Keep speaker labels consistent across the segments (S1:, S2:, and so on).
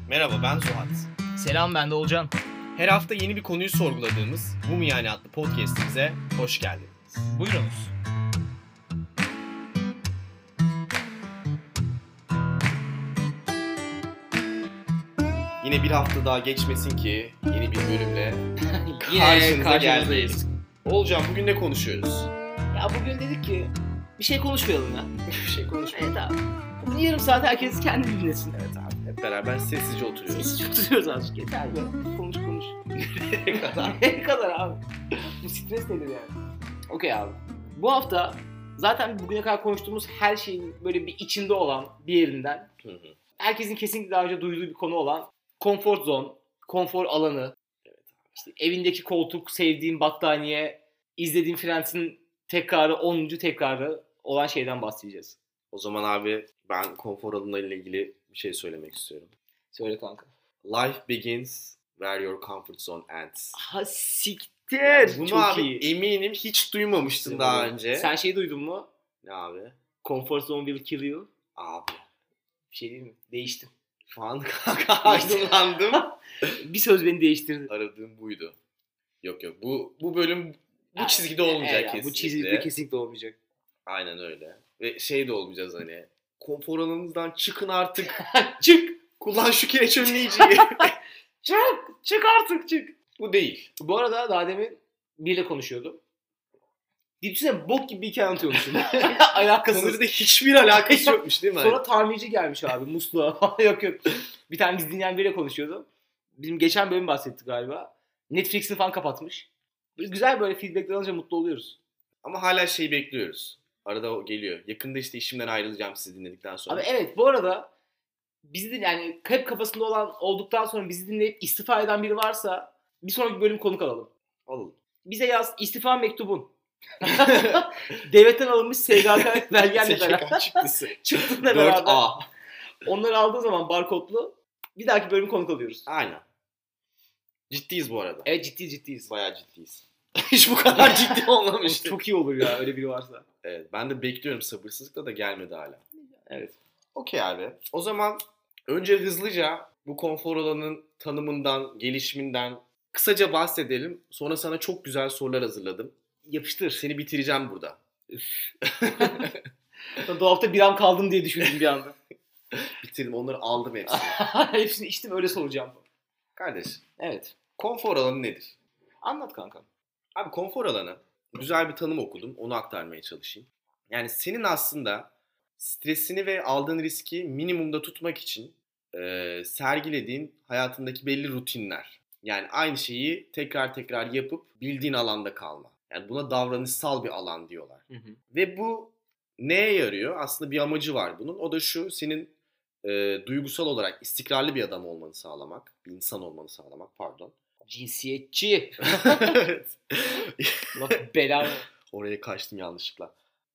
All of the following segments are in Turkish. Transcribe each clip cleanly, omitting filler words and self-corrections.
S1: Merhaba, ben Zuhat.
S2: Selam, ben de Olcan.
S1: Her hafta yeni bir konuyu sorguladığımız Bu Mu Yani adlı podcast'imize hoş geldiniz.
S2: Buyurunuz.
S1: Yine bir hafta daha geçmesin ki yeni bir bölümle
S2: Yine
S1: karşınızdayız. Olcan, bugün ne konuşuyoruz?
S2: Ya bugün dedik ki bir şey konuşmayalım ya.
S1: Bir şey konuşmayalım.
S2: Evet abi. Bugün yarım saat herkes kendi dinlesin.
S1: Evet abi, hep beraber sessizce oturuyoruz.
S2: Sessiz oturuyoruz azıcık. Yeter be. Konuş.
S1: Ne kadar?
S2: Ne kadar abi? Bu stres nedir yani? Okey abi. Bu hafta zaten bugüne kadar konuştuğumuz her şeyin böyle bir içinde olan bir yerinden herkesin kesinlikle daha önce duyduğu bir konu olan comfort zone, konfor alanı, işte evindeki koltuk, sevdiğin battaniye, izlediğin Friends'in tekrarı, 10. tekrarı olan şeyden bahsedeceğiz.
S1: O zaman abi ben konfor alanlarıyla ilgili bir şey söylemek istiyorum.
S2: Söyle kanka.
S1: Life begins where your comfort zone ends.
S2: Ha siktir.
S1: Yani bunu
S2: çok
S1: abi
S2: iyi.
S1: eminim hiç duymamıştın daha önce.
S2: Sen şeyi duydun mu?
S1: Ne abi?
S2: Comfort zone will kill you.
S1: Abi.
S2: Bir şey değil mi? Değiştim.
S1: Şu an kanka aydınlandım.
S2: Bir söz beni değiştirdi.
S1: Aradığım buydu. Yok bu bölüm bu çizgide olmayacak kesinlikle.
S2: Bu çizgide kesinlikle olmayacak.
S1: Aynen öyle. Ve şey de olmayacağız hani. Konfor alanınızdan çıkın artık.
S2: Çık.
S1: Kullan şu kireç önleyiciyi.
S2: Çık artık çık.
S1: Bu değil.
S2: Bu arada daha demin biriyle konuşuyordum. Dipsine bok gibi bir hikaye anlatıyormuşum. Alakasız.
S1: Konuyla da hiçbir alakası yokmuş değil mi?
S2: Sonra tamirci gelmiş abi musluğa. yok. Bir tane biz dinleyen biriyle konuşuyordu. Bizim geçen bölüm bahsettik galiba. Netflix'ini falan kapatmış. Böyle güzel böyle feedbackler alınca mutlu oluyoruz.
S1: Ama hala şeyi bekliyoruz. Arada o geliyor. Yakında işte işimden ayrılacağım sizi dinledikten sonra.
S2: Abi evet, bu arada bizi yani hep kafasında olan olduktan sonra bizi dinleyip istifa eden biri varsa bir sonraki bölüm konuk alalım.
S1: Alalım.
S2: Bize yaz istifa mektubun. Devletten alınmış SGK belgenle beraber. Çıktığında beraber.
S1: 4A.
S2: Onları aldığı zaman barkodlu bir dahaki bölüm konuk alıyoruz.
S1: Aynen. Ciddiyiz bu arada.
S2: Evet, ciddiyiz.
S1: Bayağı ciddiyiz. Hiç bu kadar ciddi olmamıştı.
S2: Çok iyi olur ya öyle biri varsa.
S1: Evet, ben de bekliyorum sabırsızlıkla da gelmedi hala.
S2: Evet.
S1: Okey abi. O zaman önce hızlıca bu konfor alanının tanımından, gelişiminden kısaca bahsedelim. Sonra sana çok güzel sorular hazırladım.
S2: Yapıştır.
S1: Seni bitireceğim burada.
S2: Dolapta bir an kaldım diye düşündüm bir anda.
S1: Bitirdim, onları aldım hepsini.
S2: Hepsini içtim, öyle soracağım.
S1: Kardeş,
S2: Evet.
S1: konfor alanı nedir?
S2: Anlat kanka.
S1: Abi konfor alanı, güzel bir tanım okudum. Onu aktarmaya çalışayım. Yani senin aslında stresini ve aldığın riski minimumda tutmak için sergilediğin hayatındaki belli rutinler. Yani aynı şeyi tekrar yapıp bildiğin alanda kalma. Yani buna davranışsal bir alan diyorlar. Ve bu neye yarıyor? Aslında bir amacı var bunun. O da şu, senin duygusal olarak istikrarlı bir adam olmanı sağlamak. Bir insan olmanı sağlamak, pardon.
S2: Cinsiyetçi.
S1: Evet.
S2: Bak belanı.
S1: Oraya kaçtım yanlışlıkla.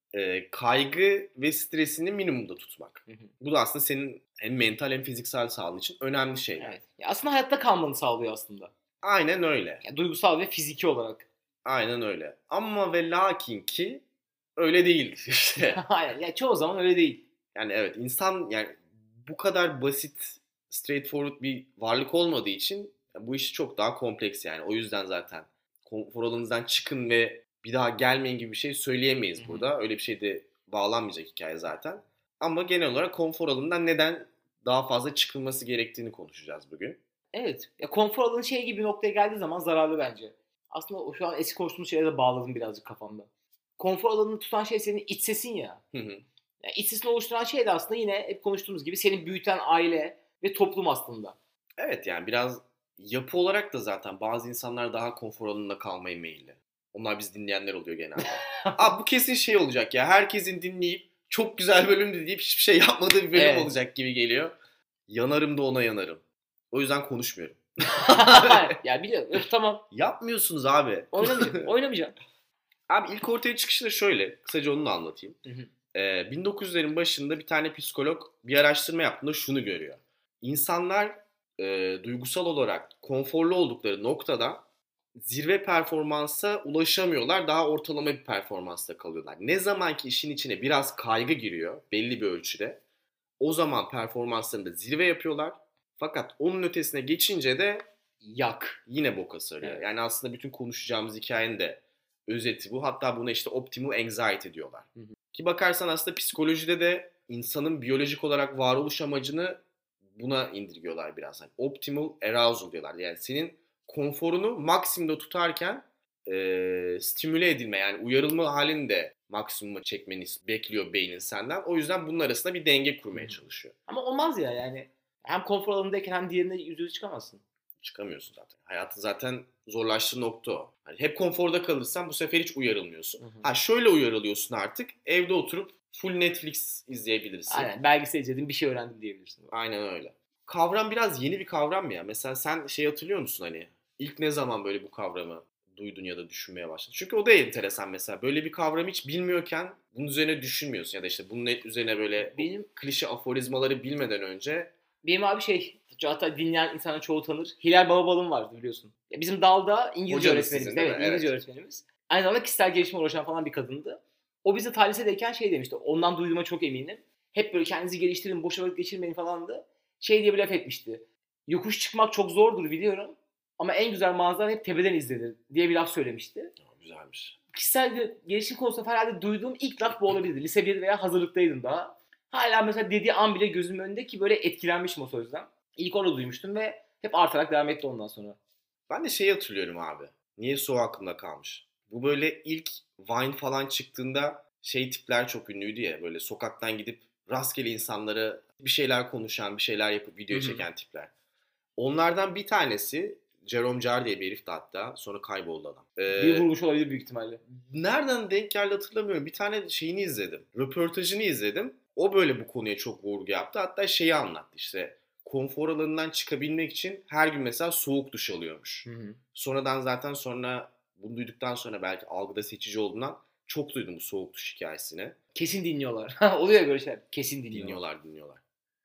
S1: Kaygı ve stresini minimumda tutmak. Bu da aslında senin hem mental hem fiziksel sağlığın için önemli şeyler.
S2: Evet. Ya aslında hayatta kalmanı sağlıyor aslında.
S1: Aynen öyle.
S2: Ya duygusal ve fiziki olarak.
S1: Aynen öyle. Ama ve lakin ki öyle değildir işte.
S2: Aynen. Ya çoğu zaman öyle değil.
S1: Yani evet, insan yani bu kadar basit, straightforward bir varlık olmadığı için bu iş çok daha kompleks yani. O yüzden zaten konfor alanınızdan çıkın ve bir daha gelmeyin gibi bir şey söyleyemeyiz burada. Öyle bir şey de bağlanmayacak hikaye zaten. Ama genel olarak konfor alanından neden daha fazla çıkılması gerektiğini konuşacağız bugün.
S2: Evet. Ya konfor alanı şey gibi bir noktaya geldiği zaman zararlı bence. Aslında o şu an eski konuştuğumuz şeylere de bağladım birazcık kafamda. Konfor alanını tutan şey senin iç sesin ya. Yani iç sesini oluşturan şey de aslında yine hep konuştuğumuz gibi senin büyüten aile ve toplum aslında.
S1: Evet, yani biraz yapı olarak da zaten bazı insanlar daha konfor alanında kalmaya meyilli. Onlar biz dinleyenler oluyor genelde. Abi bu kesin şey olacak ya. Herkesin dinleyip çok güzel bölümdü deyip hiçbir şey yapmadığı bir bölüm olacak gibi geliyor. Yanarım da ona yanarım. O yüzden konuşmuyorum.
S2: Ya biliyorum. Tamam.
S1: Yapmıyorsunuz abi.
S2: Oynamayacağım.
S1: Abi ilk ortaya çıkışı da şöyle. Kısaca onu da anlatayım. 1900'lerin başında bir tane psikolog bir araştırma yaptığında şunu görüyor. İnsanlar duygusal olarak konforlu oldukları noktada zirve performansa ulaşamıyorlar. Daha ortalama bir performansta kalıyorlar. Ne zaman ki işin içine biraz kaygı giriyor belli bir ölçüde, o zaman performanslarında zirve yapıyorlar. Fakat onun ötesine geçince de
S2: yak.
S1: Yine boka sarıyor.
S2: Evet.
S1: Yani aslında bütün konuşacağımız hikayenin de özeti bu. Hatta buna işte optimal anxiety diyorlar.
S2: Hı hı.
S1: Ki bakarsan aslında psikolojide de insanın biyolojik olarak varoluş amacını buna indirgiyorlar biraz. Yani optimal arousal diyorlar. Yani senin konforunu maksimumda tutarken stimüle edilme, yani uyarılma halini de maksimuma çekmeni bekliyor beynin senden. O yüzden bunun arasında bir denge kurmaya çalışıyor.
S2: Ama olmaz ya yani. Hem konfor alanındayken hem diğerine yüzde yüz çıkamazsın.
S1: Çıkamıyorsun zaten. Hayatın zaten zorlaştığı nokta o. Hani hep konforda kalırsan bu sefer hiç uyarılmıyorsun.
S2: Hı hı.
S1: Ha şöyle uyarılıyorsun artık. Evde oturup full Netflix izleyebilirsin.
S2: Aynen. Belgesel izledim, bir şey öğrendim diyebilirsin.
S1: Aynen öyle. Kavram biraz yeni bir kavram ya. Mesela sen şey hatırlıyor musun hani? İlk ne zaman böyle bu kavramı duydun ya da düşünmeye başladın? Çünkü o da enteresan mesela. Böyle bir kavramı hiç bilmiyorken bunun üzerine düşünmüyorsun. Ya da işte bunun üzerine böyle
S2: Benim
S1: klişe aforizmaları bilmeden önce
S2: abi hatta dinleyen insanın çoğu tanır. Hilal Bababalım vardı biliyorsun. Ya bizim dalda İngilizce
S1: Hocanız
S2: öğretmenimiz.
S1: sizin, değil mi?
S2: Evet, İngilizce
S1: Evet.
S2: öğretmenimiz. Aynı zamanda kişisel gelişimle uğraşan falan bir kadındı. O bize lisedeyken şey demişti. Ondan duyduğuma çok eminim. Hep böyle kendinizi geliştirin, boş vakit geçirmeyin falandı. Şey diye bir laf etmişti. Yokuş çıkmak çok zordur biliyorum. Ama en güzel manzara hep tepeden izlenir diye bir laf söylemişti.
S1: Güzelmiş.
S2: Kişisel gelişim konusunda herhalde duyduğum ilk laf bu olabilirdi. Lise 1 veya hazırlıktaydım daha. Hala mesela dediği an bile gözümün önünde ki böyle etkilenmişim o sözden. İlk orada duymuştum ve hep artarak devam etti ondan sonra.
S1: Ben de şeyi hatırlıyorum abi. Niye o aklımda kalmış? Bu böyle ilk Vine falan çıktığında şey tipler çok ünlüydü ya. Böyle sokaktan gidip rastgele insanlara bir şeyler konuşan, bir şeyler yapıp video çeken tipler. Onlardan bir tanesi Jerome Jar diye bir herifti hatta. Sonra kayboldu adam.
S2: Bir vurmuş olabilir büyük ihtimalle.
S1: Nereden denk geldi hatırlamıyorum. Bir tane şeyini izledim. Röportajını izledim. O böyle bu konuya çok vurgu yaptı. Hatta şeyi anlattı işte. Konfor alanından çıkabilmek için her gün mesela soğuk duş alıyormuş. Sonradan zaten bunu duyduktan sonra belki algıda seçici olduğundan çok duydum bu soğuk duş hikayesini.
S2: Kesin dinliyorlar. Oluyor ya böyle şeyler. Kesin dinliyorlar.
S1: Dinliyorlar.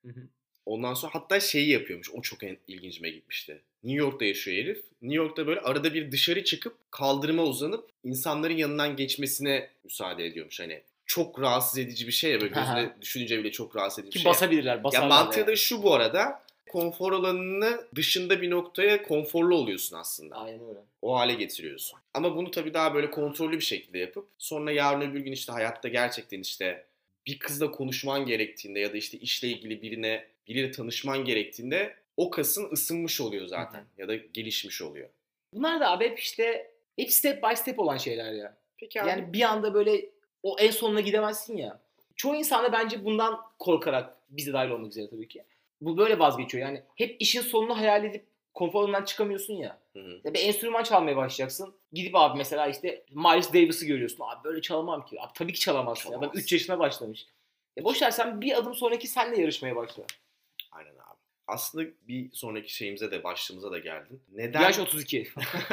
S1: Ondan sonra hatta şeyi yapıyormuş. O çok ilgincime gitmişti. New York'ta yaşıyor herif. New York'ta böyle arada bir dışarı çıkıp kaldırıma uzanıp insanların yanından geçmesine müsaade ediyormuş. Hani çok rahatsız edici bir şey ya, böyle gözüne düşününce bile çok rahatsız edici bir
S2: Ki
S1: şey.
S2: basarlar.
S1: Ya mantığı da şu bu arada. Konfor alanını dışında bir noktaya konforlu oluyorsun aslında.
S2: Aynen öyle.
S1: O hale getiriyorsun. Ama bunu tabii daha böyle kontrollü bir şekilde yapıp sonra yarın öbür gün işte hayatta gerçekten işte bir kızla konuşman gerektiğinde ya da işte işle ilgili biriyle tanışman gerektiğinde o kasın ısınmış oluyor zaten ya da gelişmiş oluyor.
S2: Bunlar da abi hep step by step olan şeyler ya.
S1: Peki abi.
S2: Yani bir anda böyle o en sonuna gidemezsin ya. Çoğu insan da bence bundan korkarak, bize dahil olmak üzere tabii ki, bu böyle vazgeçiyor. Yani hep işin sonunu hayal edip konfor alanından çıkamıyorsun ya. Ya bir enstrüman çalmaya başlayacaksın. Gidip abi mesela işte Miles Davis'ı görüyorsun. Abi böyle çalamam ki. Abi tabii ki çalamazsın. Adam 3 yaşına başlamış. Boş ver, sen bir adım sonraki senle yarışmaya başla.
S1: Aynen abi. Aslında bir sonraki şeyimize de başlığımıza da geldin. Neden?
S2: Yaş 32.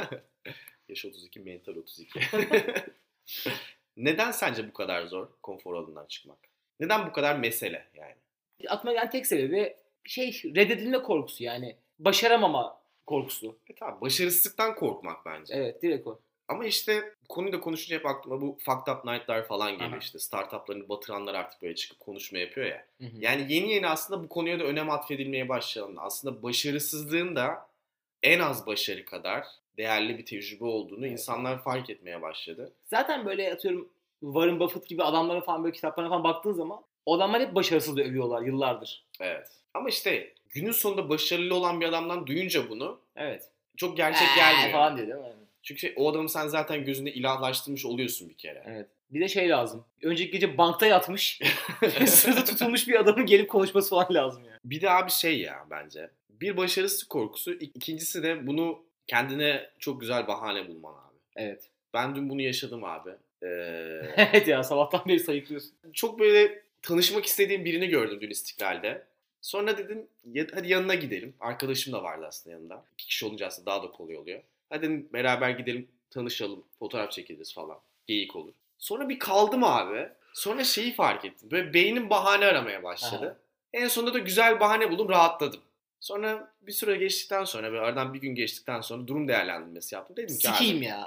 S1: Yaş 32, mental 32. Neden sence bu kadar zor konfor alanından çıkmak? Neden bu kadar mesele yani?
S2: Aklıma gelen tek sebebi reddedilme korkusu yani. Başaramama korkusu.
S1: Tamam, başarısızlıktan korkmak bence.
S2: Evet, direkt o.
S1: Ama işte bu konuyu da konuşunca hep aklıma bu Fucked Up Night'lar falan geliyor işte. Startuplarını batıranlar artık böyle çıkıp konuşma yapıyor ya. Yani yeni aslında bu konuya da önem atfedilmeye başlandı. Aslında başarısızlığın da en az başarı kadar değerli bir tecrübe olduğunu insanlar fark etmeye başladı.
S2: Zaten böyle atıyorum Warren Buffett gibi adamların falan böyle kitaplarına falan baktığın zaman o adamlar hep başarısız övüyorlar yıllardır.
S1: Evet. Ama işte günün sonunda başarılı olan bir adamdan duyunca bunu çok gerçek gelmiyor.
S2: Falan diyor değil mi?
S1: Çünkü o adamı sen zaten gözünde ilahlaştırmış oluyorsun bir kere.
S2: Evet. Bir de lazım. Önceki gece bankta yatmış, sırtı tutulmuş bir adamın gelip konuşması falan lazım yani.
S1: Bir de abi ya bence. Bir başarısızlık korkusu. İkincisi de bunu kendine çok güzel bahane bulman abi.
S2: Evet.
S1: Ben dün bunu yaşadım abi.
S2: Evet ya, sabahtan beri sayıklıyorsun.
S1: Çok böyle tanışmak istediğim birini gördüm dün İstiklal'de. Sonra dedim hadi yanına gidelim. Arkadaşım da vardı aslında yanında. 2 kişi olunca aslında daha da kolay oluyor. Hadi dedim, beraber gidelim, tanışalım, fotoğraf çekiliriz falan. Geyik olur. Sonra bir kaldım abi. Sonra şeyi fark ettim. Böyle beynim bahane aramaya başladı. Aha. En sonunda da güzel bahane buldum, rahatladım. Sonra bir süre geçtikten sonra, böyle aradan bir gün geçtikten sonra durum değerlendirmesi yaptım. Dedim ki
S2: sikiyim ya.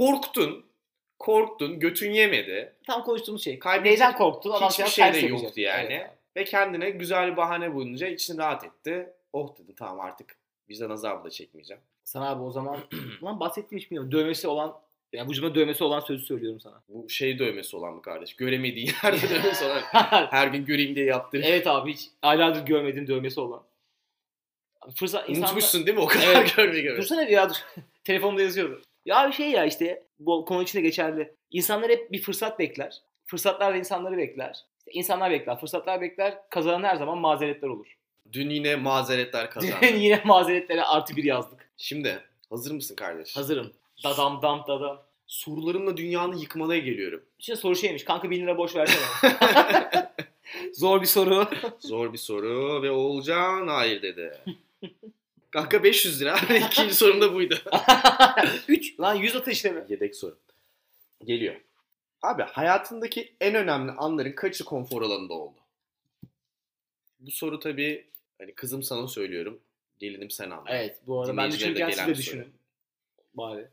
S1: Korktun, götün yemedi.
S2: Tam konuştuğumuz şey. Neyden korktun?
S1: Hiçbir şey de yoktu yani. Evet. Ve kendine güzel bir bahane bulunca için rahat etti. Oh dedim, tamam artık vicdan azabı da çekmeyeceğim.
S2: Sana abi o zaman lan bahsettiğim hiç bilmiyorum. Dövmesi olan, yani vücuduma dövmesi olan sözü söylüyorum sana.
S1: Bu şey dövmesi olan mı kardeş? Göremediğin yerde dövmesi olan. Her gün göreyim diye yaptığın.
S2: Evet abi, hiç aylardır görmediğim dövmesi olan. Fırsat,
S1: Unutmuşsun değil mi o kadar
S2: evet.
S1: görmeyi?
S2: Dursana bir ya, dur. Telefonda yazıyordu. Ya bir şey ya işte bu konu içinde geçerli. İnsanlar hep bir fırsat bekler. Fırsatlar da insanları bekler. İşte insanlar bekler, fırsatlar bekler. Kazanan her zaman mazeretler olur.
S1: Dün yine mazeretler kazandı.
S2: Yine mazeretlere +1 yazdık.
S1: Şimdi hazır mısın kardeş?
S2: Hazırım. Dadam dam dadam.
S1: Sorularımla dünyanı yıkmaya geliyorum.
S2: Şimdi soru şeymiş. Kanka 1000 lira borç versene. Zor bir soru.
S1: Zor bir soru ve Oğulcan hayır dedi. Kanka 500 lira. İkinci sorum da buydu.
S2: 3. Lan 100 atı işte mi?
S1: Yedek soru. Geliyor. Abi hayatındaki en önemli anların kaçı konfor alanında oldu? Bu soru tabii hani kızım sana söylüyorum. Gelinim sen anla.
S2: Evet, bu arada ben
S1: Dinleyicilere de
S2: düşünürken siz
S1: gelen
S2: de
S1: bir
S2: düşünün. Bari.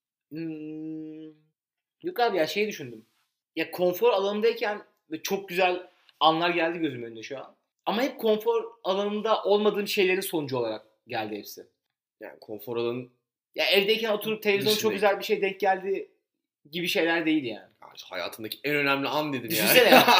S2: Yok abi ya, şeyi düşündüm. Ya konfor alanındayken ve çok güzel anlar geldi gözümün önüne şu an. Ama hep konfor alanında olmadığım şeylerin sonucu olarak geldi hepsi.
S1: Yani konfor alanın
S2: Ya evdeyken oturup televizyona çok
S1: Dışındayım.
S2: güzel bir şey denk geldi gibi şeyler değil yani.
S1: hayatındaki en önemli an dedim ya.
S2: Düşünsene ya.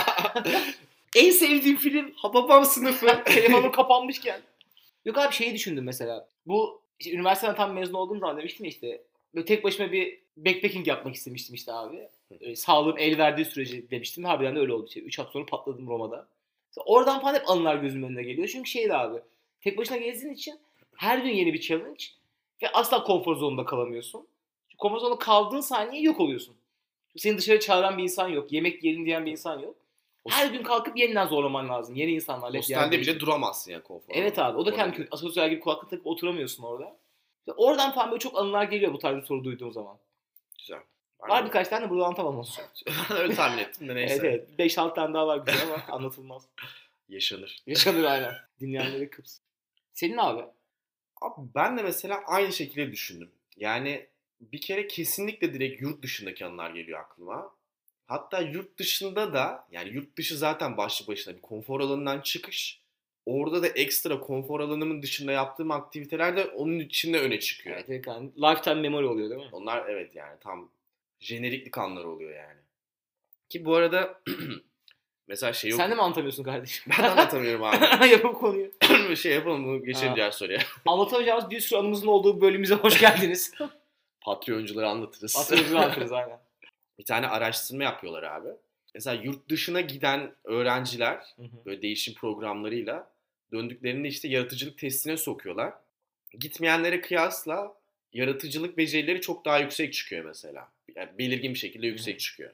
S2: En sevdiğim film Hababam Sınıfı. Telefonum kapanmışken. Yok abi, şeyi düşündüm mesela. Bu işte üniversiteden tam mezun olduğum zaman demiştim ya işte. Böyle tek başıma bir backpacking yapmak istemiştim işte abi. Sağlığım el verdiği sürece demiştim. Harbiden de öyle oldu. İşte 3 hafta sonra patladım Roma'da. Mesela oradan falan hep anılar gözümün önüne geliyor. Çünkü şeydi abi. Tek başına gezdiğin için her gün yeni bir challenge. Ve asla konfor zonunda kalamıyorsun. Çünkü konfor zonunda kaldığın saniye yok oluyorsun. Seni dışarı çağıran bir insan yok. Yemek yiyelim diyen bir insan yok. Her gün kalkıp yeniden zorlaman lazım. Yeni insanlarla.
S1: Hostelde bile duramazsın ya konfor.
S2: Evet abi. O da kendi kötü. Asosyal gibi kulaklık takıp oturamıyorsun orada. İşte oradan falan böyle çok anılar geliyor bu tarz bir soru duyduğum zaman.
S1: Güzel.
S2: Var birkaç tane de burada anlatamam olsun.
S1: Öyle tahmin ettim de neyse.
S2: Evet evet. 5-6 tane daha var güzel ama anlatılmaz.
S1: Yaşanır.
S2: Yaşanır aynen. Dinleyenleri kıps. Senin abi?
S1: Abi ben de mesela aynı şekilde düşündüm. Yani bir kere kesinlikle direkt yurt dışındaki anılar geliyor aklıma. Hatta yurt dışında da yani yurt dışı zaten başlı başına bir konfor alanından çıkış. Orada da ekstra konfor alanımın dışında yaptığım aktiviteler de onun içinde öne çıkıyor.
S2: Evet, evet yani lifetime memory oluyor değil mi?
S1: Onlar evet yani tam jeneriklik anları oluyor yani. Ki bu arada mesela şey yok.
S2: Sen de mi anlatamıyorsun kardeşim?
S1: Ben anlatamıyorum abi.
S2: Yapım konuyu.
S1: Şey yapalım bunu geçelim diğer soruya.
S2: Anlatamayacağımız bir sürü anımızın olduğu bölümümüze hoş geldiniz.
S1: Patreoncuları anlatırız.
S2: Patreoncuları anlatırız aynen.
S1: Bir tane araştırma yapıyorlar abi. Mesela yurt dışına giden öğrenciler böyle değişim programlarıyla döndüklerinde işte yaratıcılık testine sokuyorlar. Gitmeyenlere kıyasla yaratıcılık becerileri çok daha yüksek çıkıyor mesela. Yani belirgin bir şekilde yüksek çıkıyor.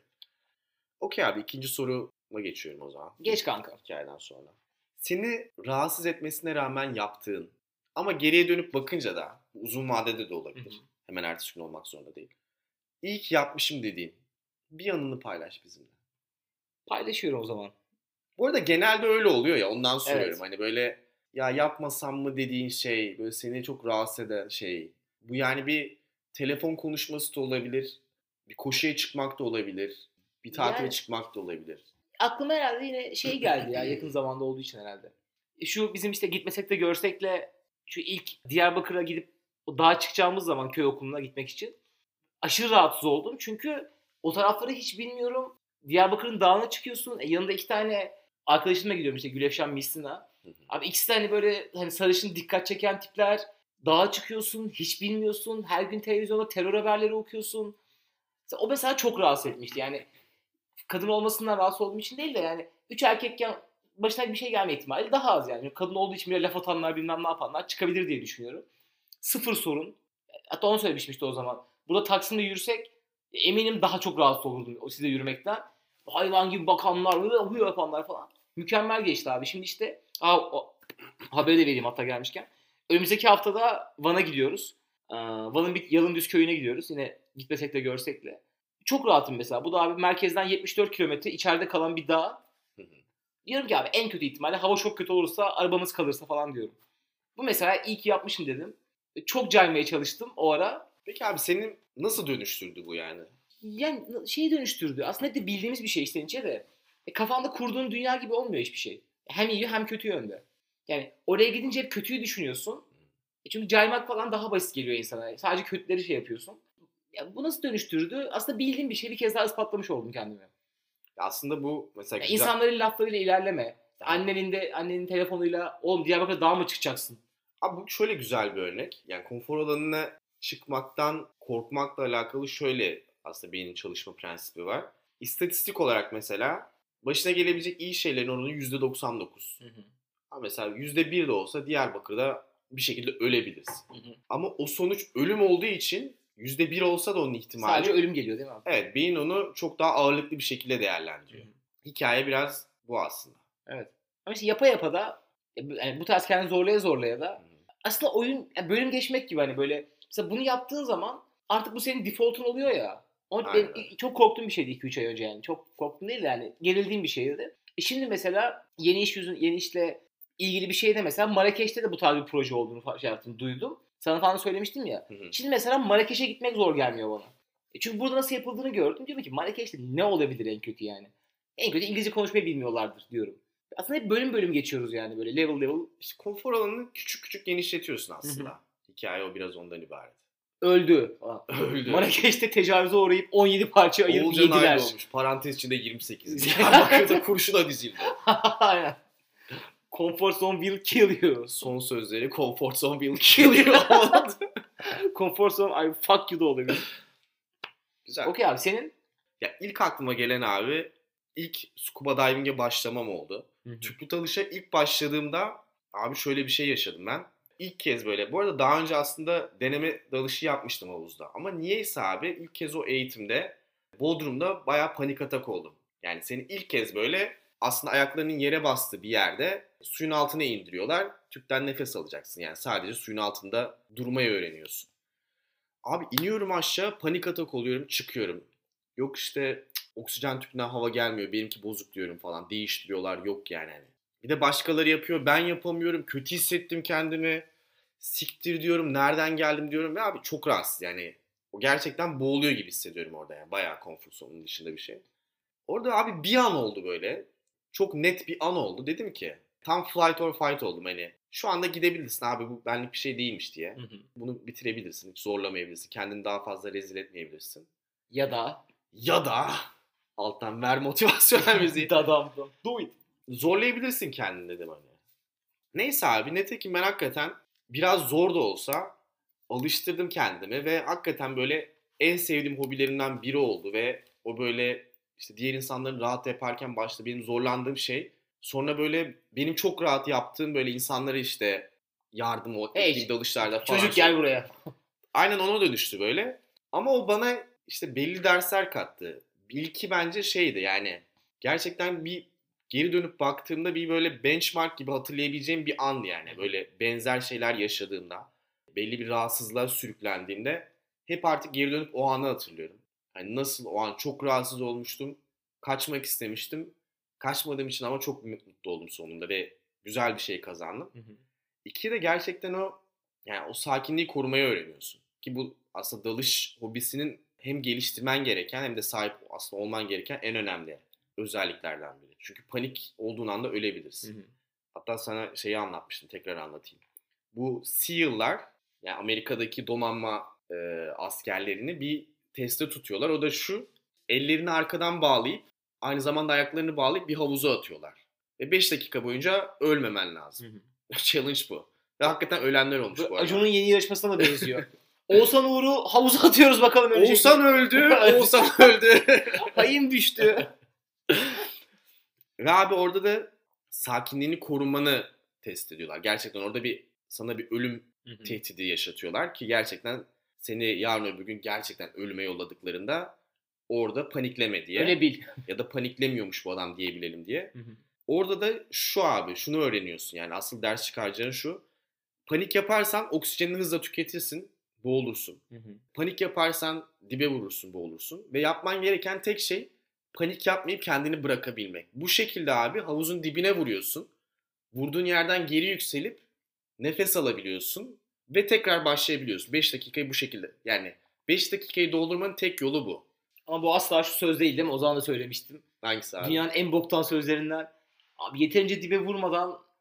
S1: Okey abi, ikinci soruma geçiyorum o zaman.
S2: Geç kanka.
S1: Hikayeden sonra. Seni rahatsız etmesine rağmen yaptığın ama geriye dönüp bakınca da uzun vadede de olabilir. Hemen ertesi gün olmak zorunda değil. İyi ki yapmışım dediğin bir anını paylaş bizimle.
S2: Paylaşıyorum o zaman.
S1: Bu arada genelde öyle oluyor ya, ondan soruyorum.
S2: Evet.
S1: Hani böyle ya yapmasam mı dediğin şey, böyle seni çok rahatsız eden şey. Bu yani bir telefon konuşması da olabilir, bir koşuya çıkmak da olabilir, bir tatile
S2: Yani-
S1: çıkmak da olabilir.
S2: Aklıma herhalde yine şey geldi ya, yakın zamanda olduğu için herhalde. Şu bizim işte gitmesek de görsekle şu ilk Diyarbakır'a gidip o dağa çıkacağımız zaman köy okuluna gitmek için aşırı rahatsız oldum. Çünkü o tarafları hiç bilmiyorum. Diyarbakır'ın dağına çıkıyorsun. Yanında 2 tane arkadaşımla gidiyorum işte, Gülefşen Mistina. Abi ikisi de hani böyle hani sarışın, dikkat çeken tipler. Dağa çıkıyorsun, hiç bilmiyorsun. Her gün televizyonda terör haberleri okuyorsun. O mesela çok rahatsız etmişti. Yani kadın olmasından rahatsız olduğum için değil de yani 3 erkekken başına bir şey gelme ihtimali daha az yani. Kadın olduğu için bile laf atanlar, bilmem ne yapanlar çıkabilir diye düşünüyorum. Sıfır sorun. Hatta onu söylemiştim işte o zaman. Burada Taksim'de yürüsek eminim daha çok rahatsız olurdum o size yürümekten. Hayvan gibi bakanlar, hıya yapanlar falan. Mükemmel geçti abi. Şimdi işte haberi de vereyim hatta gelmişken. Önümüzdeki haftada Van'a gidiyoruz. Van'ın bir Yalındüz köyüne gidiyoruz. Yine gitmesek de görsek de. Çok rahatım mesela. Bu da abi merkezden 74 kilometre içeride kalan bir dağ. Diyorum ki abi en kötü ihtimalle hava çok kötü olursa, arabamız kalırsa falan diyorum. Bu mesela iyi ki yapmışım dedim. Çok caymaya çalıştım o ara.
S1: Peki abi senin nasıl dönüştürdü bu yani?
S2: Yani şeyi dönüştürdü. Aslında hep de bildiğimiz bir şey içten içe de. Kafanda kurduğun dünya gibi olmuyor hiçbir şey. Hem iyi hem kötü yönde. Yani oraya gidince hep kötüyü düşünüyorsun. Çünkü caymak falan daha basit geliyor insana. Sadece kötüleri şey yapıyorsun. Ya bu nasıl dönüştürdü? Aslında bildiğim bir şey, bir kez daha ispatlamış oldum kendime.
S1: Aslında bu mesela
S2: Ya
S1: güzel.
S2: İnsanların laflarıyla ilerleme. Annenin telefonuyla oğlum Diyarbakır'a dağa mı çıkacaksın?
S1: Abi bu şöyle güzel bir örnek. Yani konfor alanına çıkmaktan korkmakla alakalı şöyle aslında beynin çalışma prensibi var. İstatistik olarak mesela başına gelebilecek iyi şeylerin oranı %99. Ama mesela %1 de olsa Diyarbakır'da bir şekilde ölebilirsin. Ama o sonuç ölüm olduğu için %1 olsa da onun ihtimali.
S2: Sadece ölüm geliyor değil mi abi?
S1: Evet, beyin onu çok daha ağırlıklı bir şekilde değerlendiriyor. Hikaye biraz bu aslında.
S2: Evet. Ama işte yapa yapa da yani bu tarz kendini zorlaya zorlaya da aslında oyun yani bölüm geçmek gibi hani böyle mesela bunu yaptığın zaman artık bu senin default'un oluyor ya. O benim çok korktuğum bir şeydi 2-3 ay önce yani. Çok korktum değil de yani gerildiğim bir şeydi. Şimdi mesela yeni işle ilgili bir şeyde mesela Marrakeş'te de bu tarz bir proje olduğunu şey yaptım, duydum. Sana falan söylemiştim ya. Şimdi mesela Marrakeş'e gitmek zor gelmiyor bana. Çünkü burada nasıl yapıldığını gördüm. Diyorum ki Marrakeş'te ne olabilir en kötü yani? En kötü İngilizce konuşmayı bilmiyorlardır diyorum. Aslında hep bölüm bölüm geçiyoruz yani böyle level level.
S1: İşte konfor alanını küçük küçük genişletiyorsun aslında. Hikaye o biraz ondan ibaret.
S2: Öldü.
S1: Öldü.
S2: Marrakeş'te tecavüze uğrayıp 17 parça ayırıp
S1: Oğulcan
S2: yediler.
S1: ayrı olmuş. Parantez içinde 28. Diyarbakır'da kurşuna dizildi.
S2: Aynen. Comfort zone will kill you.
S1: Son sözleri comfort zone will kill you.
S2: Comfort zone I fuck you da olabilir.
S1: Güzel.
S2: Okey abi senin?
S1: Ya ilk aklıma gelen abi ilk scuba diving'e başlamam oldu. Tüplü dalışa ilk başladığımda abi şöyle bir şey yaşadım ben. İlk kez böyle. Bu arada daha önce aslında deneme dalışı yapmıştım havuzda. Ama niyeyse abi ilk kez o eğitimde Bodrum'da bayağı panik atak oldum. Yani seni ilk kez böyle aslında ayaklarının yere bastığı bir yerde suyun altına indiriyorlar. Tüpten nefes alacaksın. Yani sadece suyun altında durmayı öğreniyorsun. Abi iniyorum aşağı, panik atak oluyorum, çıkıyorum. Yok işte oksijen tüpünden hava gelmiyor, benimki bozuk diyorum falan. Değiştiriyorlar, yok yani. Bir de başkaları yapıyor, ben yapamıyorum. Kötü hissettim kendimi. Siktir diyorum, nereden geldim diyorum. Ve abi çok rahatsız yani. O gerçekten boğuluyor gibi hissediyorum orada yani. Bayağı konfor zonunun dışında bir şey. Orada abi bir an oldu böyle. Çok net bir an oldu. Dedim ki tam flight or fight oldum hani. Şu anda gidebilirsin abi, bu benlik bir şey değilmiş diye. Bunu bitirebilirsin. Hiç zorlamayabilirsin. Kendini daha fazla rezil etmeyebilirsin. Ya da alttan ver motivasyonel müziği.
S2: Dadamdım. Do it.
S1: Zorlayabilirsin kendini dedim hani. Neyse abi, netekim ben hakikaten biraz zor da olsa alıştırdım kendimi ve hakikaten böyle en sevdiğim hobilerimden biri oldu ve o böyle işte diğer insanların rahat yaparken başta benim zorlandığım şey, sonra böyle benim çok rahat yaptığım böyle insanlara işte yardım ettiğim dalışlarda falan.
S2: Çocuk gel buraya.
S1: Aynen ona dönüştü böyle. Ama o bana işte belli dersler kattı. İlki bence şeydi yani gerçekten bir geri dönüp baktığımda bir böyle benchmark gibi hatırlayabileceğim bir an yani. Böyle benzer şeyler yaşadığımda, belli bir rahatsızlığa sürüklendiğimde hep artık geri dönüp o anı hatırlıyorum. Hani nasıl o an çok rahatsız olmuştum, kaçmak istemiştim. Kaçmadığım için ama çok mutlu oldum sonunda ve güzel bir şey kazandım. İki de gerçekten o yani o sakinliği korumayı öğreniyorsun. Ki bu aslında dalış hobisinin hem geliştirmen gereken hem de sahip aslında olman gereken en önemli özelliklerden biri. Çünkü panik olduğun anda ölebilirsin. Hatta sana şeyi anlatmıştım, tekrar anlatayım. Bu SEAL'lar yani Amerika'daki donanma askerlerini bir teste tutuyorlar. O da şu: ellerini arkadan bağlayıp aynı zamanda ayaklarını bağlayıp bir havuza atıyorlar. Ve 5 dakika boyunca ölmemen lazım. Challenge bu. Ve hakikaten ölenler olmuş bu arada.
S2: Acun'un yeni yarışmasına da benziyor. Oğuzhan Uğur'u havuza atıyoruz bakalım.
S1: Oğuzhan öldü. Oğuzhan öldü.
S2: Hayım düştü.
S1: Ve abi orada da sakinliğini korumanı test ediyorlar. Gerçekten orada sana bir ölüm tehdidi yaşatıyorlar ki gerçekten seni yarın öbür gün gerçekten ölüme yolladıklarında orada panikleme diye.
S2: Öyle bil.
S1: Ya da paniklemiyormuş bu adam diyebilelim diye. Orada da şunu öğreniyorsun yani asıl ders çıkaracağın şu: panik yaparsan oksijenini hızla tüketirsin, boğulursun. Panik yaparsan dibe vurursun, boğulursun. Ve yapman gereken tek şey panik yapmayıp kendini bırakabilmek. Bu şekilde abi havuzun dibine vuruyorsun. Vurduğun yerden geri yükselip nefes alabiliyorsun ve tekrar başlayabiliyorsun. 5 dakikayı bu şekilde. Yani 5 dakikayı doldurmanın tek yolu bu.
S2: Ama bu asla şu söz değil mi? O zaman da söylemiştim.
S1: Hangisi abi?
S2: Dünyanın en boktan sözlerinden. Abi yeterince dibe vurmadan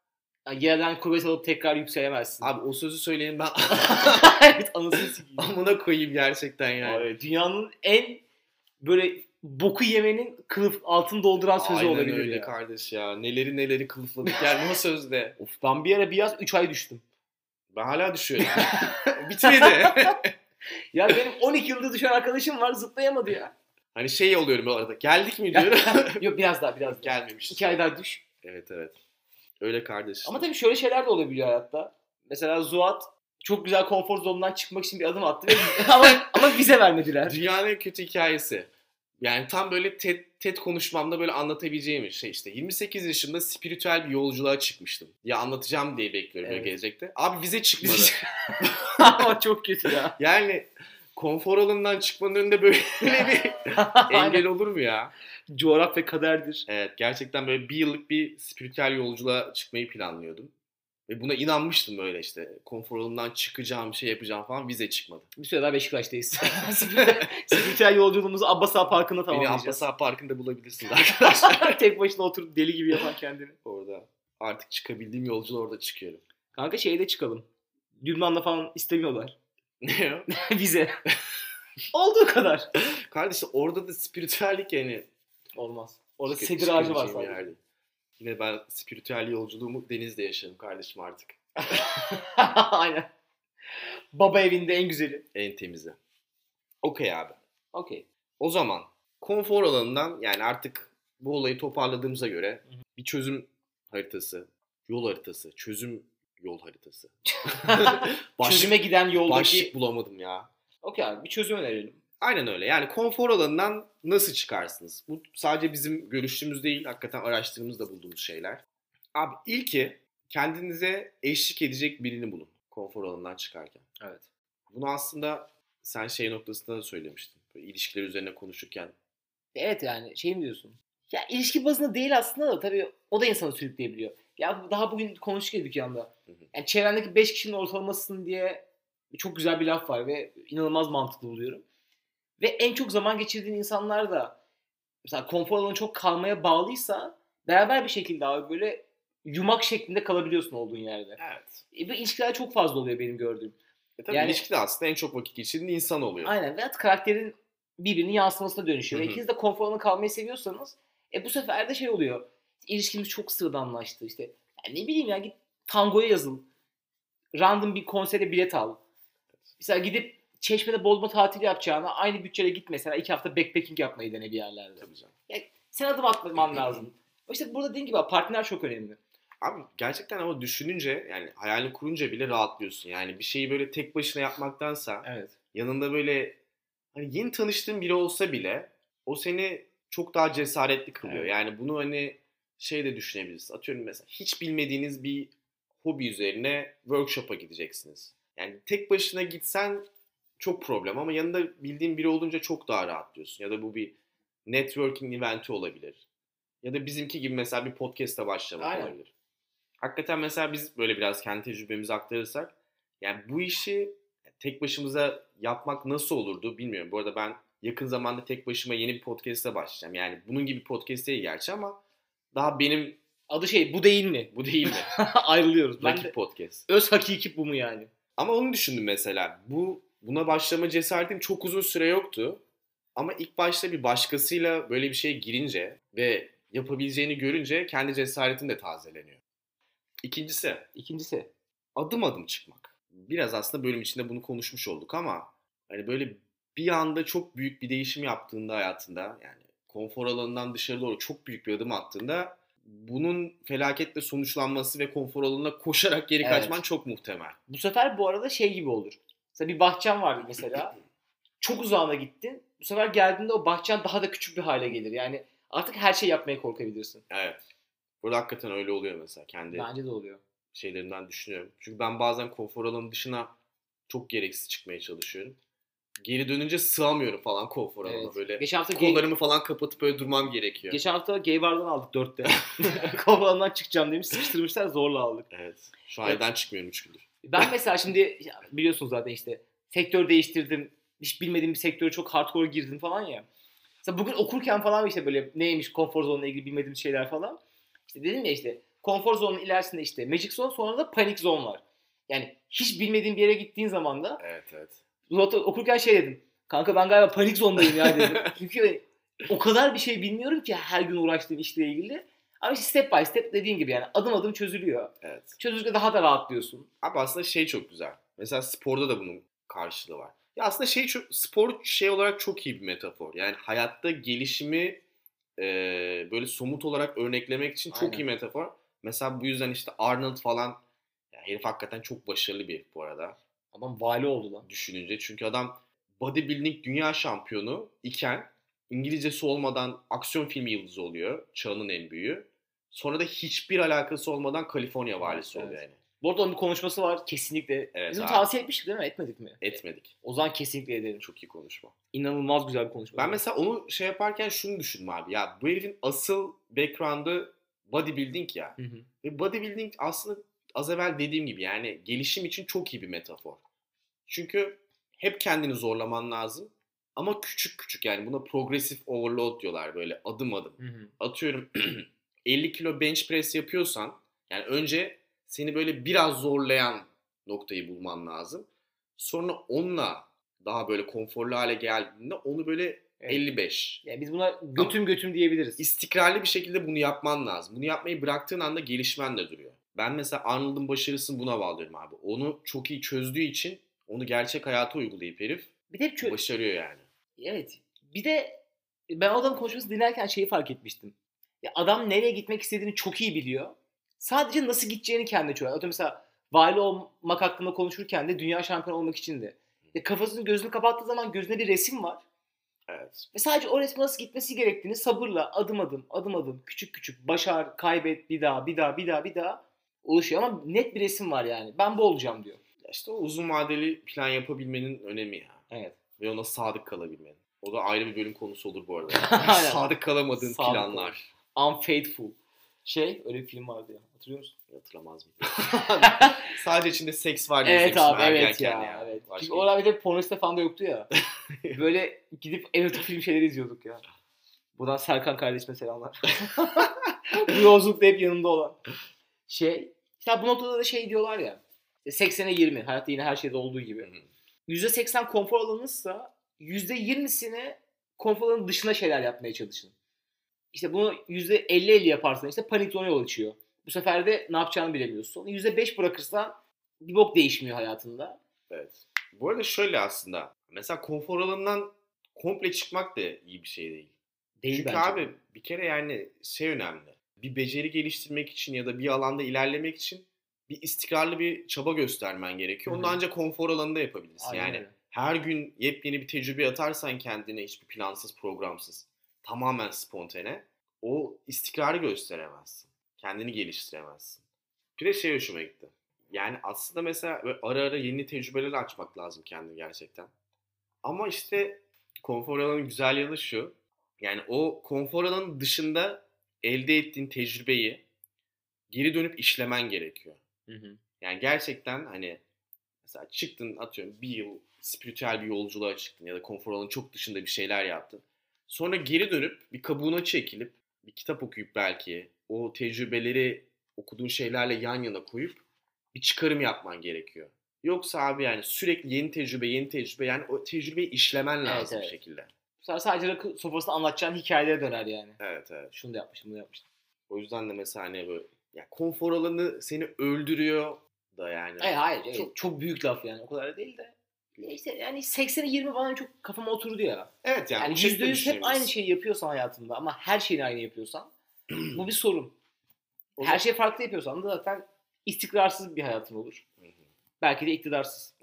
S2: Yani yerden kuvvet alıp tekrar yükselemezsin.
S1: Abi o sözü söyleyin ben
S2: Evet, anasını sikeyim.
S1: amına koyayım gerçekten yani.
S2: Abi, dünyanın en böyle boku yemenin kılıf altını dolduran sözü
S1: Aynen
S2: olabilir
S1: öyle
S2: ya.
S1: kardeş ya. Neleri kılıfladık yani o sözde.
S2: Of, ben bir ara bir yaz 3 ay düştüm.
S1: Ben hala düşüyorum. Bitmedi.
S2: Ya benim 12 yılda düşen arkadaşım var, zıplayamadı ya.
S1: Hani şey oluyorum bu arada. Geldik mi diyorum.
S2: Yok, biraz daha.
S1: Gelmemiş.
S2: 2 ay daha düş.
S1: Evet. Öyle kardeş.
S2: Ama tabii şöyle şeyler de olabiliyor hayatta. Mesela Zuhat çok güzel konfor zonundan çıkmak için bir adım attı ve ama vize vermediler.
S1: Dünyanın en kötü hikayesi. Yani tam böyle TED konuşmamda böyle anlatabileceğim şey işte. 28 yaşında spiritüel bir yolculuğa çıkmıştım. Ya anlatacağım diye bekliyorum böyle gelecekte. Abi vize çıkmadı.
S2: Ama çok kötü ya.
S1: Yani konfor alanından çıkmanın önünde böyle bir engel olur mu ya?
S2: Coğrafya kaderdir.
S1: Evet, gerçekten böyle bir yıllık bir spiritüel yolculuğa çıkmayı planlıyordum. Ve buna inanmıştım böyle işte. Konfor alanından çıkacağım, şey yapacağım falan, vize çıkmadı.
S2: Bir süre daha Beşiktaş'tayız. Spiritüel yolculuğumuzu Abbas Ağa Parkı'nda
S1: Beni
S2: tamamlayacağız.
S1: Abbas Ağa Parkı'nda bulabilirsiniz arkadaşlar.
S2: Tek başına oturup deli gibi yapan kendini.
S1: Orada artık çıkabildiğim yolculuğa orada çıkıyorum.
S2: Kanka şeyde çıkalım. Lübnan'da falan istemiyorlar.
S1: Ne o?
S2: Vize. Olduğu kadar.
S1: Kardeşim orada da spiritüellik yani.
S2: Olmaz. Orada sedir ağacı var
S1: çıkabileceğim
S2: sadece.
S1: yerde. Yine ben spiritüel yolculuğumu denizde yaşarım kardeşim artık.
S2: Aynen. Baba evinde en güzeli.
S1: En temizi. Okey abi.
S2: Okey.
S1: O zaman konfor alanından yani artık bu olayı toparladığımıza göre bir çözüm haritası, yol haritası, çözüm yol haritası.
S2: Çözüme giden yoldaki...
S1: Başlık bulamadım ya.
S2: Okey abi, bir çözüm önerelim.
S1: Aynen öyle. Yani konfor alanından nasıl çıkarsınız? Bu sadece bizim görüştüğümüz değil, hakikaten araştırdığımızda bulduğumuz şeyler. Abi ilki kendinize eşlik edecek birini bulun konfor alanından çıkarken.
S2: Evet.
S1: Bunu aslında sen şey noktasında da söylemiştin. Böyle ilişkiler üzerine konuşurken.
S2: Evet, yani şey mi diyorsun? Ya ilişki bazında değil aslında da tabii o da insanı sürükleyebiliyor. Ya daha bugün konuştuk ya dükkanda. Yani çevrendeki 5 kişinin ortalamasısın diye çok güzel bir laf var ve inanılmaz mantıklı buluyorum. Ve en çok zaman geçirdiğin insanlar da mesela konfor alanı çok kalmaya bağlıysa beraber bir şekilde abi böyle yumak şeklinde kalabiliyorsun olduğun yerde.
S1: Evet.
S2: Bu ilişkiler çok fazla oluyor benim gördüğüm.
S1: Tabii
S2: yani,
S1: ilişkide aslında en çok vakit geçirdiğin insan oluyor.
S2: Aynen, ve karakterin birbirinin yansımasına dönüşüyor. Ve ikiniz de konfor alanı kalmayı seviyorsanız bu sefer de şey oluyor. İlişkimiz çok sıradanlaştı işte. Yani ne bileyim ya, git tangoya yazıl. Random bir konsere bilet al. Mesela gidip Çeşme'de Bodrum'da tatil yapacağına aynı bütçeyle git mesela 2 hafta backpacking yapmayı dene bir yerlerde.
S1: Tabii canım.
S2: Yani sen adım atman lazım. İşte burada dediğim gibi partner çok önemli.
S1: Abi gerçekten ama düşününce yani hayalini kurunca bile rahatlıyorsun. Yani bir şeyi böyle tek başına yapmaktansa yanında böyle hani yeni tanıştığın biri olsa bile o seni çok daha cesaretli kılıyor.
S2: Evet.
S1: Yani bunu hani şey de düşünebilirsin. Atıyorum mesela hiç bilmediğiniz bir hobi üzerine workshop'a gideceksiniz. Yani tek başına gitsen çok problem ama yanında bildiğin biri olunca çok daha rahatlıyorsun. Ya da bu bir networking eventi olabilir. Ya da bizimki gibi mesela bir podcast'a başlamak olabilir. Hakikaten mesela biz böyle biraz kendi tecrübemizi aktarırsak yani bu işi tek başımıza yapmak nasıl olurdu bilmiyorum. Bu arada ben yakın zamanda tek başıma yeni bir podcast'a başlayacağım. Yani bunun gibi podcast değil gerçi ama daha benim...
S2: Adı şey, bu değil mi?
S1: Bu değil mi?
S2: Ayrılıyoruz.
S1: Rakip podcast.
S2: Öz hakiki bu mu yani?
S1: Ama onu düşündüm mesela. Buna başlama cesaretim çok uzun süre yoktu. Ama ilk başta bir başkasıyla böyle bir şeye girince ve yapabileceğini görünce kendi cesaretin de tazeleniyor. İkincisi adım adım çıkmak. Biraz aslında bölüm içinde bunu konuşmuş olduk ama hani böyle bir anda çok büyük bir değişim yaptığında hayatında yani konfor alanından dışarı doğru çok büyük bir adım attığında bunun felaketle sonuçlanması ve konfor alanına koşarak geri kaçman çok muhtemel.
S2: Bu sefer bu arada şey gibi olur. Mesela bir bahçen vardı mesela. Çok uzağına gittin. Bu sefer geldiğinde o bahçen daha da küçük bir hale gelir. Yani artık her şey yapmaya korkabilirsin.
S1: Evet. Burada hakikaten öyle oluyor mesela.
S2: Bence de oluyor.
S1: Şeylerinden düşünüyorum. Çünkü ben bazen konfor alanının dışına çok gereksiz çıkmaya çalışıyorum. Geri dönünce sığamıyorum falan konfor alanına. Böyle kollarımı falan kapatıp böyle durmam gerekiyor.
S2: Geçen hafta Gay Bar'dan aldık 4'te. Konfor alanından çıkacağım demiş. Sıkıştırmışlar, zorla aldık.
S1: Evet. Şu an evden çıkmıyorum 3 gündür.
S2: Ben mesela şimdi biliyorsunuz zaten işte sektör değiştirdim. Hiç bilmediğim bir sektöre çok hardcore girdim falan ya. Mesela bugün okurken falan işte böyle neymiş konfor zonuyla ilgili bilmediğim şeyler falan. İşte dedim ya işte Konfor zonunun ilerisinde işte Magic Zone, sonra da Panic Zone var. Yani hiç bilmediğin bir yere gittiğin zaman da
S1: Evet.
S2: okurken şey dedim. Kanka ben galiba Panic Zone'dayım ya dedim. Çünkü o kadar bir şey bilmiyorum ki her gün uğraştığım işle ilgili. Ama işte step by step dediğin gibi yani adım adım çözülüyor.
S1: Evet.
S2: Çözünce daha da rahatlıyorsun.
S1: Abi aslında şey çok güzel. Mesela sporda da bunun karşılığı var. Ya aslında spor şey olarak çok iyi bir metafor. Yani hayatta gelişimi böyle somut olarak örneklemek için çok
S2: Aynen.
S1: iyi metafor. Mesela bu yüzden işte Arnold falan, yani herif hakikaten çok başarılı bir herif bu arada.
S2: Adam vali oldu lan.
S1: Düşününce. Çünkü adam bodybuilding dünya şampiyonu iken İngilizcesi olmadan aksiyon filmi yıldızı oluyor. Çağının en büyüğü. Sonra da hiçbir alakası olmadan Kaliforniya valisi oluyor yani.
S2: Bu arada onun bir konuşması var kesinlikle.
S1: Evet,
S2: Bizim
S1: abi.
S2: tavsiye etmiştik değil mi? Etmedik mi?
S1: Etmedik.
S2: O zaman kesinlikle edelim.
S1: Çok iyi konuşma.
S2: İnanılmaz güzel bir konuşma.
S1: Ben mesela onu şey yaparken şunu düşündüm abi. Ya bu herifin asıl background'ı bodybuilding ya.
S2: Hı.
S1: Ve bodybuilding aslında az evvel dediğim gibi yani gelişim için çok iyi bir metafor. Çünkü hep kendini zorlaman lazım. Ama küçük küçük, yani buna progressive overload diyorlar, böyle adım adım.
S2: Hı.
S1: Atıyorum 50 kilo bench press yapıyorsan yani önce seni böyle biraz zorlayan noktayı bulman lazım. Sonra onunla daha böyle konforlu hale geldiğinde onu böyle
S2: Evet.
S1: 55.
S2: Yani biz buna götüm diyebiliriz.
S1: İstikrarlı bir şekilde bunu yapman lazım. Bunu yapmayı bıraktığın anda gelişmen de duruyor. Ben mesela Arnold'un başarısını buna bağlıyorum abi. Onu çok iyi çözdüğü için onu gerçek hayata uygulayıp herif
S2: Bir de
S1: başarıyor yani.
S2: Evet. Bir de ben o adamın konuşmasını dinlerken şeyi fark etmiştim. Ya adam nereye gitmek istediğini çok iyi biliyor. Sadece nasıl gideceğini kendi çözüyor. Atıyorum mesela vali olmak hakkında konuşurken de dünya şampiyonu olmak için de. Kafasını gözünü kapattığı zaman gözünde bir resim var.
S1: Evet.
S2: Ve sadece o resme nasıl gitmesi gerektiğini sabırla adım adım küçük küçük başar, kaybet, bir daha oluşuyor. Ama net bir resim var yani. Ben bu olacağım diyor.
S1: Ya işte o uzun vadeli plan yapabilmenin önemi ya.
S2: Evet.
S1: Ve ona sadık kalabilmenin. O da ayrı bir bölüm konusu olur bu arada.
S2: Aynen.
S1: Sadık kalamadığın
S2: Sadık
S1: planlar.
S2: Unfaithful. Öyle bir film vardı ya. Hatırlıyor musun?
S1: Hatırlamaz mıyım? Sadece içinde seks var diye
S2: Evet abi, evet
S1: ergenken
S2: ya. Evet.
S1: Başka
S2: Çünkü oralar bir de pornosite falan da yoktu ya. Böyle gidip erotik film şeyleri izliyorduk ya. Buradan Serkan kardeşime selamlar. Bu yolculukta hep yanımda olan. İşte bu noktada da şey diyorlar ya. 80'e 20. Hayatta yine her şeyde olduğu gibi. %80 konfor alanınızsa %20'sini konfor alanının dışına şeyler yapmaya çalışın. İşte bunu %50-50 yaparsan işte panik zona yol açıyor. Bu sefer de ne yapacağını bilemiyorsun. %5 bırakırsan bir bok değişmiyor hayatında.
S1: Evet. Bu arada şöyle aslında. Mesela konfor alanından komple çıkmak da iyi bir şey değil. Çünkü
S2: bence.
S1: abi bir kere yani şey önemli. Bir beceri geliştirmek için ya da bir alanda ilerlemek için bir istikrarlı bir çaba göstermen gerekiyor. Onu ancak konfor alanında yapabilirsin.
S2: Aynen
S1: yani
S2: öyle.
S1: her gün yepyeni bir tecrübe atarsan kendine, hiçbir plansız, programsız, tamamen spontane, o istikrarı gösteremezsin. Kendini geliştiremezsin. Bir de şey hoşuma gitti. Yani aslında mesela böyle ara ara yeni tecrübeler açmak lazım kendini gerçekten. Ama işte konfor alanının güzel yanı şu. Yani o konfor alanının dışında elde ettiğin tecrübeyi geri dönüp işlemen gerekiyor. Yani gerçekten hani mesela çıktın, atıyorum bir yıl spiritüel bir yolculuğa çıktın ya da konfor alanının çok dışında bir şeyler yaptın. Sonra geri dönüp bir kabuğuna çekilip bir kitap okuyup belki o tecrübeleri okuduğun şeylerle yan yana koyup bir çıkarım yapman gerekiyor. Yoksa abi yani sürekli yeni tecrübe, yani o tecrübeyi işlemen lazım bir şekilde.
S2: Sadece rakı sofrasında anlatacağın hikayelere döner yani.
S1: Evet.
S2: Şunu da yapmıştım, bunu yapmıştım.
S1: O yüzden de mesela hani böyle ya konfor alanı seni öldürüyor da yani.
S2: Hayır. Çok büyük laf yani. O kadar da değil de. İşte yani 80'e 20 bana çok kafama oturdu ya.
S1: Evet yani
S2: %100 hep aynı şeyi yapıyorsan hayatında ama her şeyini aynı yapıyorsan bu bir sorun. Her şeyi farklı yapıyorsan da zaten istikrarsız bir hayatın olur. Belki de iktidarsız.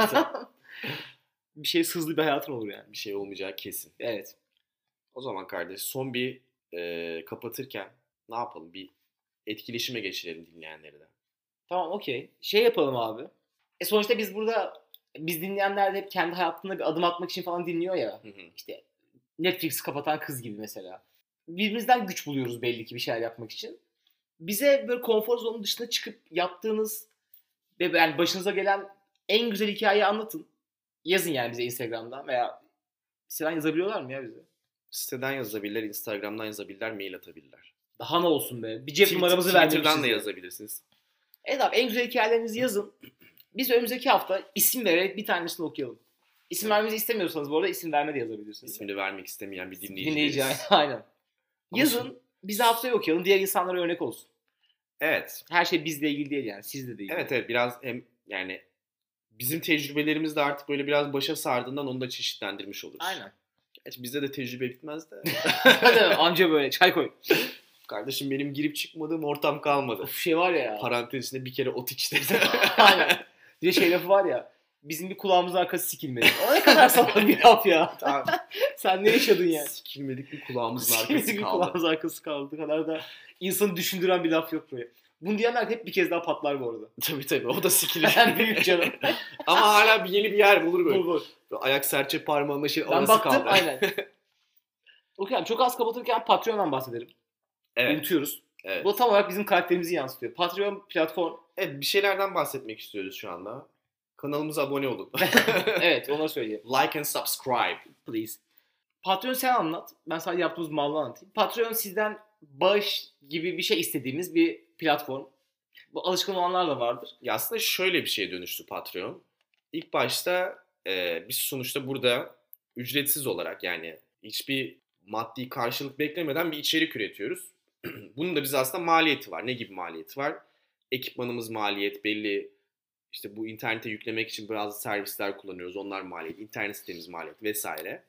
S2: Bir şey hızlı bir hayatın olur yani.
S1: Bir şey olmayacağı kesin.
S2: Evet.
S1: O zaman kardeş son bir kapatırken ne yapalım? Bir etkileşime geçirelim dinleyenleri de.
S2: Tamam, okey. Şey yapalım abi. Sonuçta biz dinleyenler de hep kendi hayatında bir adım atmak için falan dinliyor ya. İşte Netflix kapatan kız gibi mesela. Birbirimizden güç buluyoruz belli ki bir şeyler yapmak için. Bize böyle konfor zonunun dışına çıkıp yaptığınız ve yani başınıza gelen en güzel hikayeyi anlatın. Yazın yani bize Instagram'dan veya siteden yazabiliyorlar mı ya bize?
S1: Siteden yazabilirler, Instagram'dan yazabilirler, mail atabilirler.
S2: Daha ne olsun be. Bir cep numaramızı vermemişiz.
S1: Twitter'dan da yazabilirsiniz.
S2: Evet abi, en güzel hikayelerinizi yazın. Biz önümüzdeki hafta isim vererek bir tanesini okuyalım. İsim vermenizi istemiyorsanız bu arada isim verme de yazabilirsiniz.
S1: İsmini vermek istemeyen bir
S2: dinleyici. Aynen. Yazın, bizi haftaya okuyalım. Diğer insanlara örnek olsun.
S1: Evet.
S2: Her şey bizle ilgili değil yani. Sizle de ilgili.
S1: Evet biraz hem yani bizim tecrübelerimiz de artık böyle biraz başa sardığından onu da çeşitlendirmiş oluruz.
S2: Aynen.
S1: Gerçi bizde de tecrübe bitmez de.
S2: Anca böyle çay koy.
S1: Kardeşim benim girip çıkmadığım ortam kalmadı.
S2: Of, şey var ya.
S1: Parantez içinde bir kere ot içti.
S2: Aynen. Bir de şey lafı var ya. Bizim bir kulağımızın arkası sikilmedi. O ne kadar salak bir laf ya.
S1: Tamam.
S2: Sen ne yaşadın yani?
S1: Sikilmedik bir kulağımızın arkası
S2: Sikilmedik bir
S1: kaldı.
S2: kulağımızın arkası kaldı. kadar da insanı düşündüren bir laf yok böyle. Bunu diyenler hep bir kez daha patlar bu arada.
S1: Tabii o da sikilir.
S2: Yani büyük canım.
S1: Ama hala yeni bir yer bulur böyle.
S2: Bulur.
S1: Ayak serçe parmağında
S2: Ben
S1: arası
S2: baktım
S1: kaldı.
S2: aynen. Okey, çok az kapatırken Patreon'dan bahsedelim.
S1: Evet.
S2: Unutuyoruz.
S1: Evet.
S2: Bu tam olarak bizim karakterimizi yansıtıyor. Patreon platform.
S1: Evet bir şeylerden bahsetmek istiyoruz şu anda. Kanalımıza abone olun.
S2: Evet, onları söyleyeyim.
S1: Like and subscribe.
S2: Please. Patreon sen anlat. Ben sadece yaptığımız malını anlatayım. Patreon sizden bağış gibi bir şey istediğimiz bir platform. Bu alışkın olanlar da vardır.
S1: Ya aslında şöyle bir şeye dönüştü Patreon. İlk başta biz sonuçta burada ücretsiz olarak yani hiçbir maddi karşılık beklemeden bir içerik üretiyoruz. Bunun da bize aslında maliyeti var. Ne gibi maliyeti var? Ekipmanımız maliyet, belli işte bu internete yüklemek için bazı servisler kullanıyoruz. Onlar maliyet, internet sitemiz maliyet vesaire.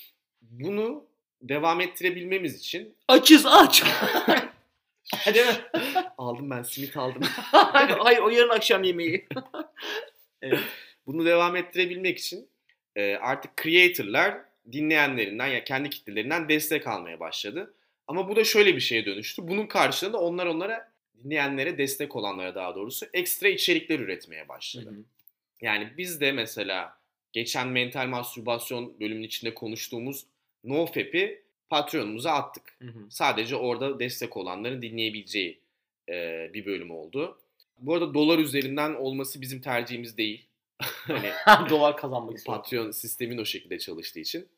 S1: Bunu devam ettirebilmemiz için
S2: Açız aç. Değil mi?
S1: aldım ben simit aldım.
S2: Hayır, o yarın akşam yemeği.
S1: Evet. Bunu devam ettirebilmek için artık creator'lar dinleyenlerinden ya kendi kitlelerinden destek almaya başladı. Ama bu da şöyle bir şeye dönüştü. Bunun karşılığında onlar onlara dinleyenlere destek olanlara daha doğrusu ekstra içerikler üretmeye başladı. Hı hı. Yani biz de mesela geçen mental mastürbasyon bölümünün içinde konuştuğumuz NoFap'i Patreon'umuza attık. Hı hı. Sadece orada destek olanların dinleyebileceği bir bölüm oldu. Bu arada dolar üzerinden olması bizim tercihimiz değil.
S2: Hani dolar kazanmak istiyor.
S1: Patreon sistemin o şekilde çalıştığı için.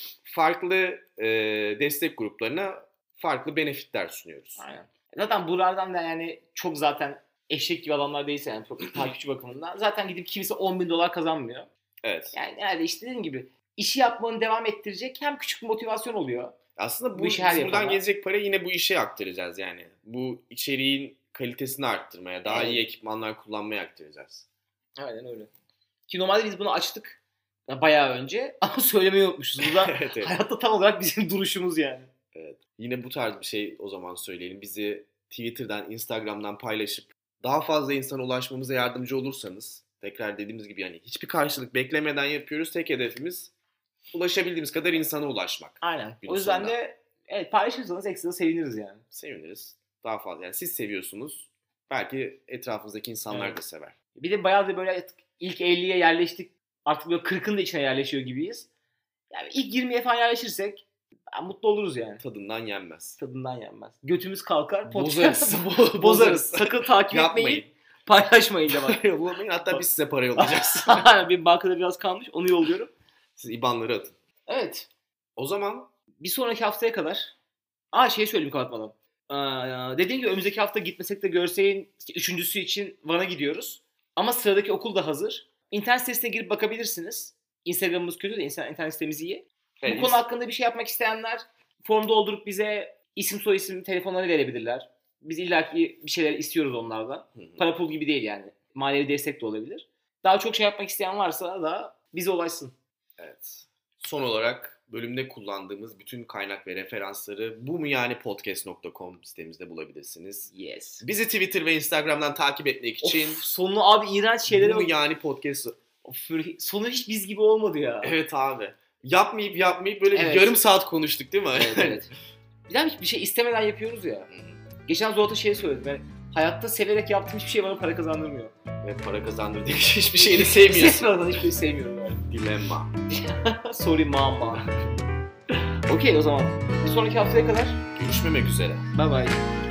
S1: Farklı destek gruplarına farklı benefitler sunuyoruz.
S2: Aynen. Zaten buralardan da yani çok zaten eşek gibi adamlar değilse yani çok takipçi bakımından. Zaten gidip kimse $10.000 kazanmıyor.
S1: Evet.
S2: Yani nerede işte dediğim gibi işi yapmanı devam ettirecek hem küçük bir motivasyon oluyor.
S1: Aslında bu buradan gelecek parayı yine bu işe aktaracağız yani. Bu içeriğin kalitesini arttırmaya, daha iyi ekipmanlar kullanmaya aktaracağız.
S2: Aynen öyle. Ki normalde biz bunu açtık bayağı önce ama söylemeyi unutmuşuz. Bu da evet. Hayatta tam olarak bizim duruşumuz yani.
S1: Evet. Yine bu tarz bir şey o zaman söyleyelim. Bizi Twitter'dan, Instagram'dan paylaşıp daha fazla insana ulaşmamıza yardımcı olursanız, tekrar dediğimiz gibi yani hiçbir karşılık beklemeden yapıyoruz. Tek hedefimiz ulaşabildiğimiz kadar insana ulaşmak.
S2: Aynen. O yüzden de evet, paylaşırsanız ekstra seviniriz yani.
S1: Seviniriz. Daha fazla yani siz seviyorsunuz. Belki etrafınızdaki insanlar da sever.
S2: Bir de bayağı da böyle ilk 50'ye yerleştik. Artık böyle 40'ın da içine yerleşiyor gibiyiz. Yani ilk 20'ye falan yerleşirsek mutlu oluruz yani.
S1: Tadından yenmez.
S2: Tadından yenmez. Götümüz kalkar.
S1: Bozarız.
S2: Sakın takip etmeyin. Paylaşmayın da bak.
S1: Bulmayın. Hatta biz size para yollayacağız.
S2: Benim bankada biraz kalmış. Onu yolluyorum.
S1: Siz IBAN'ları atın.
S2: Evet.
S1: O zaman
S2: bir sonraki haftaya kadar şey söyleyeyim kapatmadan. Dediğim gibi önümüzdeki hafta gitmesek de görseyin üçüncüsü için Van'a gidiyoruz. Ama sıradaki okul da hazır. İnternet sitesine girip bakabilirsiniz. Instagram'ımız kötü de internet sitemiz iyi. Evet, bu konu hakkında bir şey yapmak isteyenler form doldurup bize isim soyisim telefonlarını verebilirler. Biz illaki bir şeyler istiyoruz onlardan. Para pul gibi değil yani. Manevi destek de olabilir. Daha çok şey yapmak isteyen varsa da bize ulaşsın.
S1: Evet. Son olarak bölümde kullandığımız bütün kaynak ve referansları bumuyani.podcast.com sitemizde bulabilirsiniz.
S2: Yes.
S1: Bizi Twitter ve Instagram'dan takip etmek için.
S2: Sonu abi iğrenç şeylere
S1: bak. Bumuyani podcast.
S2: Sonu hiç biz gibi olmadı ya.
S1: Evet abi. Yapmayıp böyle yarım saat konuştuk değil mi?
S2: Evet. Bir şey istemeden yapıyoruz ya. Geçen Zuhat'a söyledim. Yani hayatta severek yaptığım hiçbir şey bana para kazandırmıyor.
S1: Ve para kazandırdığı hiçbir şeyi de sevmiyorsun.
S2: Hiçbir şey sevmiyorum yani.
S1: Dilemma.
S2: Sorry mama. Okey o zaman. Bir sonraki haftaya kadar
S1: görüşmemek üzere.
S2: Bye bye.